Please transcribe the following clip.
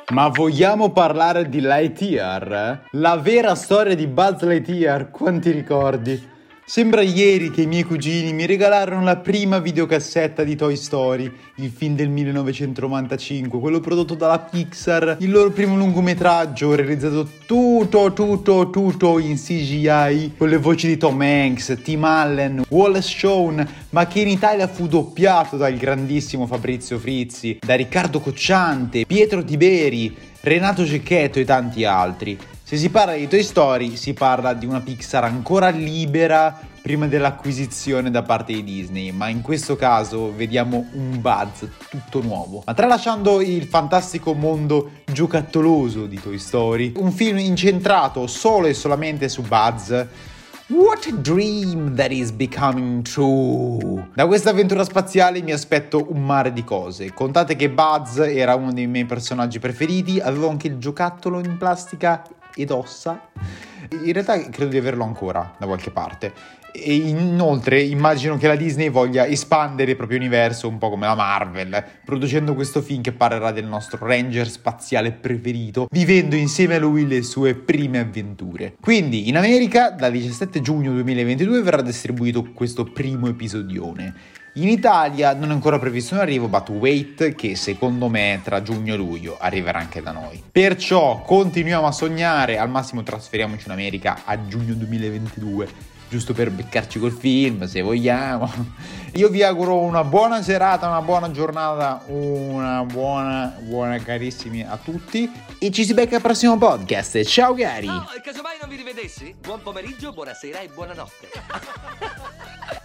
Ma vogliamo parlare di Lightyear? La vera storia di Buzz Lightyear, quanti ricordi? Sembra ieri che i miei cugini mi regalarono la prima videocassetta di Toy Story, il film del 1995, quello prodotto dalla Pixar, il loro primo lungometraggio realizzato tutto in CGI, con le voci di Tom Hanks, Tim Allen, Wallace Shawn, ma che in Italia fu doppiato dal grandissimo Fabrizio Frizzi, da Riccardo Cocciante, Pietro Tiberi, Renato Cecchetto e tanti altri. Se si parla di Toy Story, si parla di una Pixar ancora libera prima dell'acquisizione da parte di Disney, ma in questo caso vediamo un Buzz tutto nuovo. Ma tralasciando il fantastico mondo giocattoloso di Toy Story, un film incentrato solo e solamente su Buzz. What a dream that is becoming true. Da questa avventura spaziale mi aspetto un mare di cose. Contate che Buzz era uno dei miei personaggi preferiti, avevo anche il giocattolo in plastica ed ossa. In realtà credo di averlo ancora da qualche parte. E inoltre immagino che la Disney voglia espandere il proprio universo un po' come la Marvel, producendo questo film che parlerà del nostro Ranger spaziale preferito, vivendo insieme a lui le sue prime avventure. Quindi in America dal 17 giugno 2022 verrà distribuito questo primo episodione. In Italia non è ancora previsto un arrivo, but wait, che secondo me tra giugno e luglio arriverà anche da noi. Perciò continuiamo a sognare, al massimo trasferiamoci in America a giugno 2022, giusto per beccarci col film, se vogliamo. Io vi auguro una buona serata, una buona giornata, una buona carissimi a tutti, e ci si becca al prossimo podcast. Ciao cari! No, casomai non vi rivedessi? Buon pomeriggio, buonasera e buonanotte.